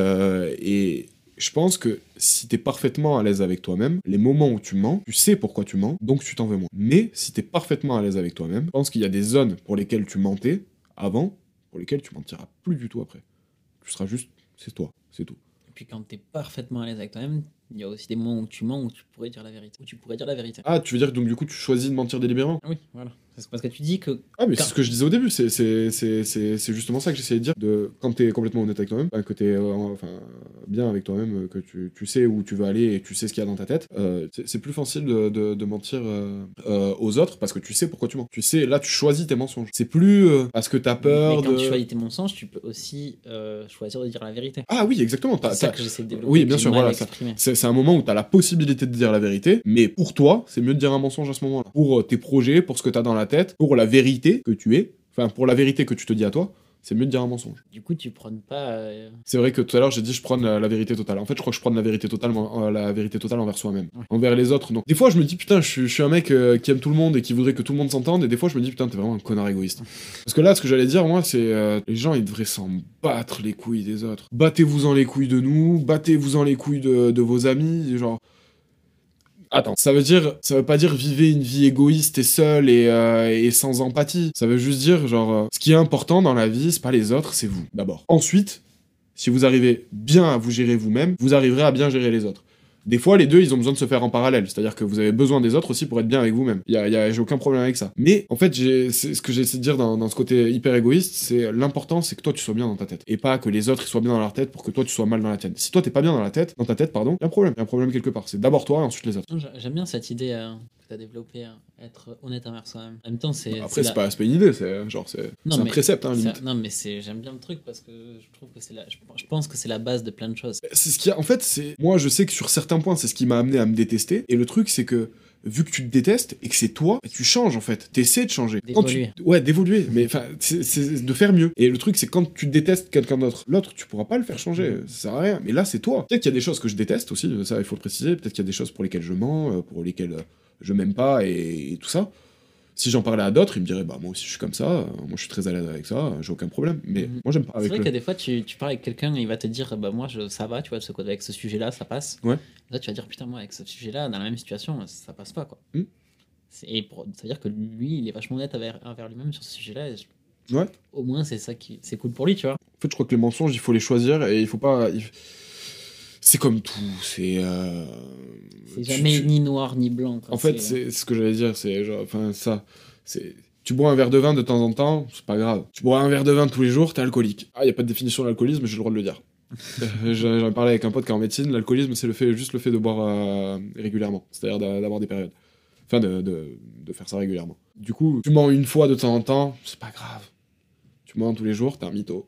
Et je pense que si t'es parfaitement à l'aise avec toi-même, les moments où tu mens, tu sais pourquoi tu mens, donc tu t'en veux moins. Mais si t'es parfaitement à l'aise avec toi-même, je pense qu'il y a des zones pour lesquelles tu mentais avant, pour lesquelles tu mentiras plus du tout après. Tu seras juste, c'est toi, c'est tout. Et puis quand t'es parfaitement à l'aise avec toi-même, il y a aussi des moments où tu mens, où tu pourrais dire la vérité. Ah, tu veux dire que donc du coup tu choisis de mentir délibérément? Oui, voilà. C'est parce que tu dis que... Ah mais c'est ce que je disais au début, c'est justement ça que j'essayais de dire, quand t'es complètement honnête avec toi-même, que t'es bien avec toi-même, que tu sais où tu veux aller et tu sais ce qu'il y a dans ta tête, c'est plus facile de mentir aux autres parce que tu sais pourquoi tu mens. Tu sais, là tu choisis tes mensonges. C'est plus parce que t'as peur mais quand tu choisis tes mensonges, tu peux aussi choisir de dire la vérité. Ah oui, exactement. C'est ça que j'essaie de développer. Oui, bien sûr, voilà. C'est un moment où t'as la possibilité de dire la vérité, mais pour toi, c'est mieux de dire un mensonge à ce moment-là. Pour tes projets, pour ce que t'as dans la tête, pour la vérité que tu es, enfin pour la vérité que tu te dis à toi, c'est mieux de dire un mensonge. Du coup, tu prônes pas... C'est vrai que tout à l'heure, j'ai dit je prône la vérité totale. En fait, je crois que je prône la vérité totale envers soi-même. Ouais. Envers les autres, non. Des fois, je me dis, putain, je suis un mec qui aime tout le monde et qui voudrait que tout le monde s'entende, et des fois, je me dis, putain, t'es vraiment un connard égoïste. Parce que là, ce que j'allais dire, moi, c'est les gens, ils devraient s'en battre les couilles des autres. Battez-vous-en les couilles de nous, battez-vous-en les couilles de vos amis, genre... Attends, ça veut pas dire vivez une vie égoïste et seule et sans empathie. Ça veut juste dire, genre, ce qui est important dans la vie, c'est pas les autres, c'est vous, d'abord. Ensuite, si vous arrivez bien à vous gérer vous-même, vous arriverez à bien gérer les autres. Des fois, les deux, ils ont besoin de se faire en parallèle. C'est-à-dire que vous avez besoin des autres aussi pour être bien avec vous-même. J'ai aucun problème avec ça. Mais, en fait, c'est ce que j'ai essayé de dire dans ce côté hyper égoïste, c'est l'important, c'est que toi, tu sois bien dans ta tête. Et pas que les autres, ils soient bien dans leur tête pour que toi, tu sois mal dans la tienne. Si toi, t'es pas bien dans ta tête, pardon, il y a un problème. Il y a un problème quelque part. C'est d'abord toi et ensuite les autres. J'aime bien cette idée que t'as développée, être honnête envers soi-même. En même temps, Après, c'est pas une idée, c'est un précepte, hein, limite. Non, mais j'aime bien le truc parce que je trouve que je pense que c'est la base de plein de choses. C'est ce qui a, en fait, moi, je sais que sur certains points, c'est ce qui m'a amené à me détester. Et le truc, c'est que vu que tu te détestes et que c'est toi, tu changes en fait. T'essaies de changer. D'évoluer. Mais enfin, c'est de faire mieux. Et le truc, c'est quand tu détestes quelqu'un d'autre, l'autre, tu pourras pas le faire changer. Ça sert à rien. Mais là, c'est toi. Peut-être qu'il y a des choses que je déteste aussi, ça, il faut le préciser. Peut-être qu'il y a des choses pour lesquelles je mens, pour lesquelles je m'aime pas et tout ça. Si j'en parlais à d'autres, ils me diraient, bah moi aussi je suis comme ça, moi je suis très à l'aise avec ça, j'ai aucun problème. Mais moi j'aime pas. C'est vrai que des fois tu parles avec quelqu'un et il va te dire, bah moi ça va, tu vois, avec ce sujet-là, ça passe. Ouais. Et là tu vas dire, putain, moi avec ce sujet-là, dans la même situation, ça passe pas, quoi. Ça veut dire que lui, il est vachement honnête envers lui-même sur ce sujet-là. Ouais. Au moins, c'est cool pour lui, tu vois. En fait, je crois que les mensonges, il faut les choisir et il faut pas. C'est comme tout, c'est jamais ni noir ni blanc. En fait, c'est ce que j'allais dire, c'est genre, enfin, ça, c'est. Tu bois un verre de vin de temps en temps, c'est pas grave. Tu bois un verre de vin tous les jours, t'es alcoolique. Ah, y a pas de définition de l'alcoolisme, j'ai le droit de le dire. J'en ai parlé avec un pote qui est en médecine, l'alcoolisme, c'est juste le fait de boire régulièrement, c'est-à-dire d'avoir des périodes. Enfin, de faire ça régulièrement. Du coup, tu mens une fois de temps en temps, c'est pas grave. Tu mens tous les jours, t'es un mytho.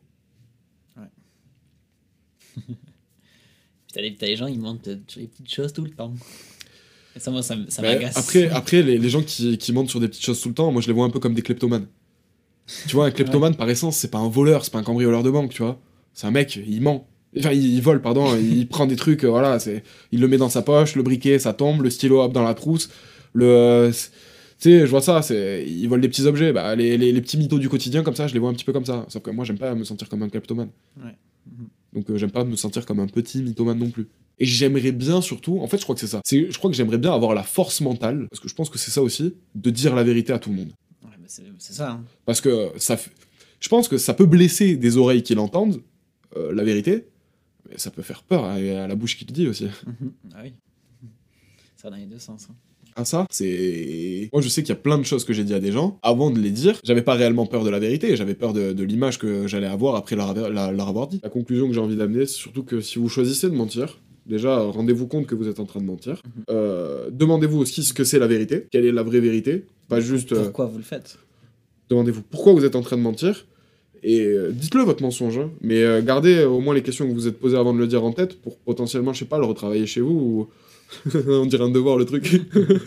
Ouais. T'as les gens, ils mentent sur les petites choses tout le temps. Et ça, moi, ça m'agace. Après les gens qui mentent sur des petites choses tout le temps, moi, je les vois un peu comme des kleptomanes. Tu vois, un kleptomane, par essence, c'est pas un voleur, c'est pas un cambrioleur de banque, tu vois. C'est un mec, il ment. Enfin, il vole, pardon, il prend des trucs, voilà, il le met dans sa poche, le briquet, ça tombe, le stylo, hop, dans la trousse, tu sais, je vois ça, ils volent des petits objets, bah, les petits mythos du quotidien, comme ça, je les vois un petit peu comme ça. Sauf que moi, j'aime pas me sentir comme un kleptomane. Ouais. Donc j'aime pas me sentir comme un petit mythomane non plus. Et j'aimerais bien surtout, en fait je crois que c'est ça, je crois que j'aimerais bien avoir la force mentale, parce que je pense que c'est ça aussi, de dire la vérité à tout le monde. Ouais, mais c'est ça. Hein. Parce que je pense que ça peut blesser des oreilles qui l'entendent, la vérité, mais ça peut faire peur à la bouche qui le dit aussi. Ah oui. Ça va dans les deux sens. Hein. Ah ça, c'est... Moi je sais qu'il y a plein de choses que j'ai dit à des gens, avant de les dire, j'avais pas réellement peur de la vérité, j'avais peur de l'image que j'allais avoir après leur avoir dit. La conclusion que j'ai envie d'amener, c'est surtout que si vous choisissez de mentir, déjà rendez-vous compte que vous êtes en train de mentir, demandez-vous aussi ce que c'est la vérité, quelle est la vraie vérité, pas juste... Pourquoi vous le faites ? Demandez-vous pourquoi vous êtes en train de mentir, et dites-le votre mensonge, hein, mais gardez au moins les questions que vous vous êtes posées avant de le dire en tête, pour potentiellement, je sais pas, le retravailler chez vous, ou... On dirait un devoir le truc.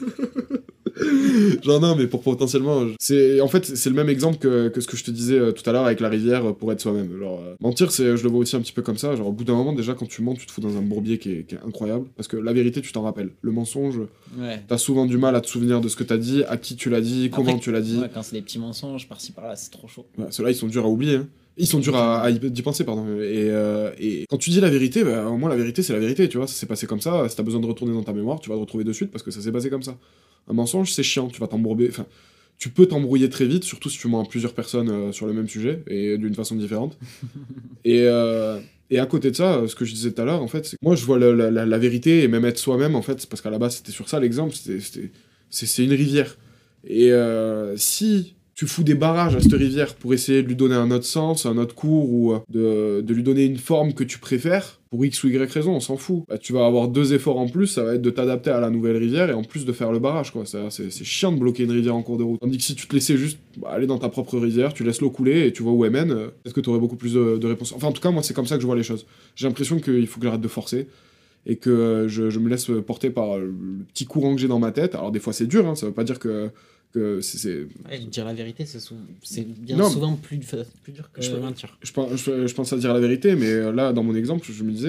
Genre non, mais pour potentiellement... En fait, c'est le même exemple que ce que je te disais tout à l'heure avec la rivière pour être soi-même. Genre, mentir, je le vois aussi un petit peu comme ça. Genre au bout d'un moment, déjà, quand tu mens, tu te fous dans un bourbier qui est incroyable. Parce que la vérité, tu t'en rappelles. Le mensonge, t'as souvent du mal à te souvenir de ce que t'as dit, à qui tu l'as dit, comment tu l'as dit. Ouais, quand c'est des petits mensonges, par-ci par-là, c'est trop chaud. Ouais, ceux-là, ils sont durs à oublier, hein. Ils sont durs à y penser, pardon. Et quand tu dis la vérité, bah, au moins la vérité, c'est la vérité, tu vois. Ça s'est passé comme ça. Si t'as besoin de retourner dans ta mémoire, tu vas le retrouver de suite parce que ça s'est passé comme ça. Un mensonge, c'est chiant. Tu vas t'embourber. Enfin, tu peux t'embrouiller très vite, surtout si tu mens à plusieurs personnes sur le même sujet et d'une façon différente. Et à côté de ça, ce que je disais tout à l'heure, en fait, c'est que moi, je vois la vérité et même être soi-même, en fait, parce qu'à la base, c'était sur ça l'exemple. C'est une rivière. Et si tu fous des barrages à cette rivière pour essayer de lui donner un autre sens, un autre cours, ou de lui donner une forme que tu préfères, pour X ou Y raison, on s'en fout. Bah, tu vas avoir 2 efforts en plus, ça va être de t'adapter à la nouvelle rivière, et en plus de faire le barrage, quoi. C'est chiant de bloquer une rivière en cours de route. Tandis que si tu te laissais juste aller dans ta propre rivière, tu laisses l'eau couler, et tu vois où elle mène, peut-être que tu aurais beaucoup plus de réponses. Enfin, en tout cas, moi, c'est comme ça que je vois les choses. J'ai l'impression qu'il faut que j'arrête de forcer, et que je me laisse porter par le petit courant que j'ai dans ma tête. Alors des fois, c'est dur, hein, ça veut pas dire que c'est... Ouais, dire la vérité, c'est bien souvent plus dur que mentir. Je pense à dire la vérité, mais là, dans mon exemple, je me disais,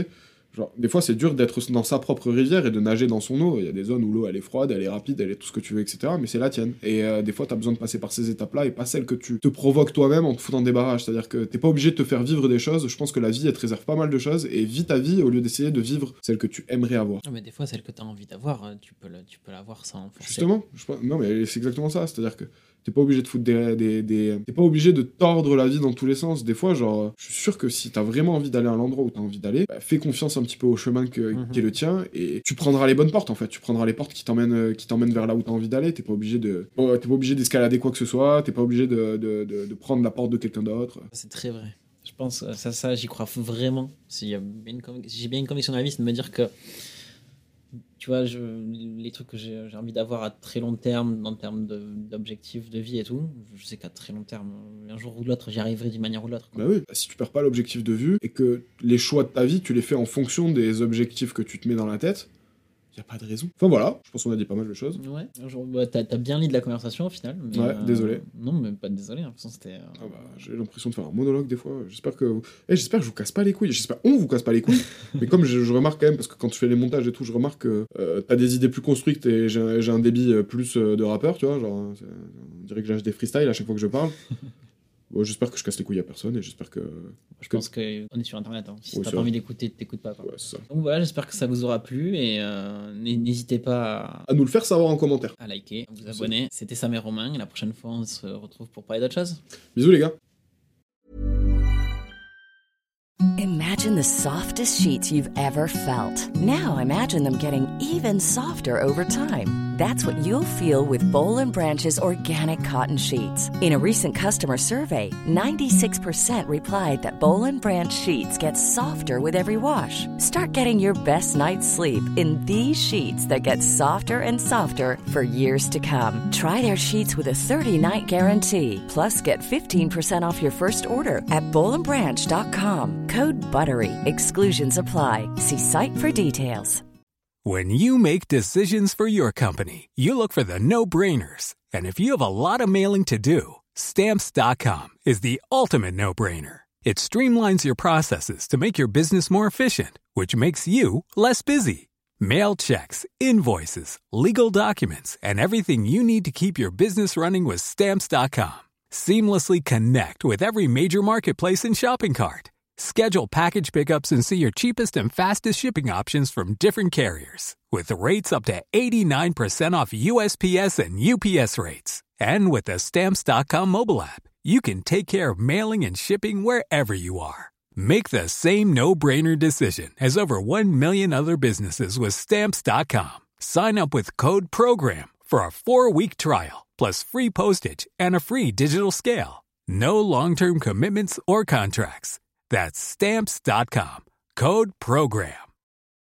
Genre, des fois, c'est dur d'être dans sa propre rivière et de nager dans son eau. Il y a des zones où l'eau, elle est froide, elle est rapide, elle est tout ce que tu veux, etc. Mais c'est la tienne. Et des fois, t'as besoin de passer par ces étapes-là et pas celles que tu te provoques toi-même en te foutant des barrages. C'est-à-dire que t'es pas obligé de te faire vivre des choses. Je pense que la vie, elle te réserve pas mal de choses. Et vis ta vie au lieu d'essayer de vivre celle que tu aimerais avoir. Mais des fois, celle que t'as envie d'avoir, tu peux l'avoir sans forcer. Justement. Non, mais c'est exactement ça. C'est-à-dire que t'es pas obligé de foutre t'es pas obligé de tordre la vie dans tous les sens. Des fois, genre, je suis sûr que si t'as vraiment envie d'aller à l'endroit où t'as envie d'aller, fais confiance un petit peu au chemin qui est le tien et tu prendras les bonnes portes en fait. Tu prendras les portes qui t'emmènent vers là où t'as envie d'aller. T'es pas obligé d'escalader quoi que ce soit. T'es pas obligé de prendre la porte de quelqu'un d'autre. C'est très vrai. Je pense ça j'y crois vraiment. Si j'ai bien une conviction dans la vie, c'est de me dire que tu vois, les trucs que j'ai envie d'avoir à très long terme, en termes d'objectifs de vie et tout, je sais qu'à très long terme, un jour ou l'autre, j'y arriverai d'une manière ou l'autre. Bah oui, si tu perds pas l'objectif de vue et que les choix de ta vie, tu les fais en fonction des objectifs que tu te mets dans la tête, y a pas de raison. Enfin voilà, je pense qu'on a dit pas mal de choses. Ouais, t'as bien lit de la conversation au final. Mais ouais, désolé. Non, mais pas désolé, de toute façon c'était... j'ai l'impression de faire un monologue des fois. J'espère que je vous casse pas les couilles. J'espère on vous casse pas les couilles. Mais comme je remarque quand même, parce que quand tu fais les montages et tout, je remarque que t'as des idées plus construites et j'ai un débit plus de rappeur, tu vois. Genre, on dirait que j'ai des freestyles à chaque fois que je parle. Bon, j'espère que je casse les couilles à personne et j'espère que... Je pense qu'on est sur internet, hein. Si t'as pas envie d'écouter, t'écoutes pas. Ouais, c'est ça. Donc voilà, j'espère que ça vous aura plu et n'hésitez pas à nous le faire savoir en commentaire. À liker, à vous abonner. C'était Sam et Romain et la prochaine fois on se retrouve pour parler d'autre chose. Bisous les gars. Imagine the softest sheets you've ever felt. Now imagine them getting even softer over time. That's what you'll feel with Boll & Branch's organic cotton sheets. In a recent customer survey, 96% replied that Boll & Branch sheets get softer with every wash. Start getting your best night's sleep in these sheets that get softer and softer for years to come. Try their sheets with a 30-night guarantee. Plus, get 15% off your first order at bollandbranch.com. Code BUTTERY. Exclusions apply. See site for details. When you make decisions for your company, you look for the no-brainers. And if you have a lot of mailing to do, Stamps.com is the ultimate no-brainer. It streamlines your processes to make your business more efficient, which makes you less busy. Mail checks, invoices, legal documents, and everything you need to keep your business running with Stamps.com. Seamlessly connect with every major marketplace and shopping cart. Schedule package pickups and see your cheapest and fastest shipping options from different carriers. With rates up to 89% off USPS and UPS rates. And with the Stamps.com mobile app, you can take care of mailing and shipping wherever you are. Make the same no-brainer decision as over 1 million other businesses with Stamps.com. Sign up with code PROGRAM for a 4-week trial, plus free postage and a free digital scale. No long-term commitments or contracts. That's Stamps.com. Code PROGRAM.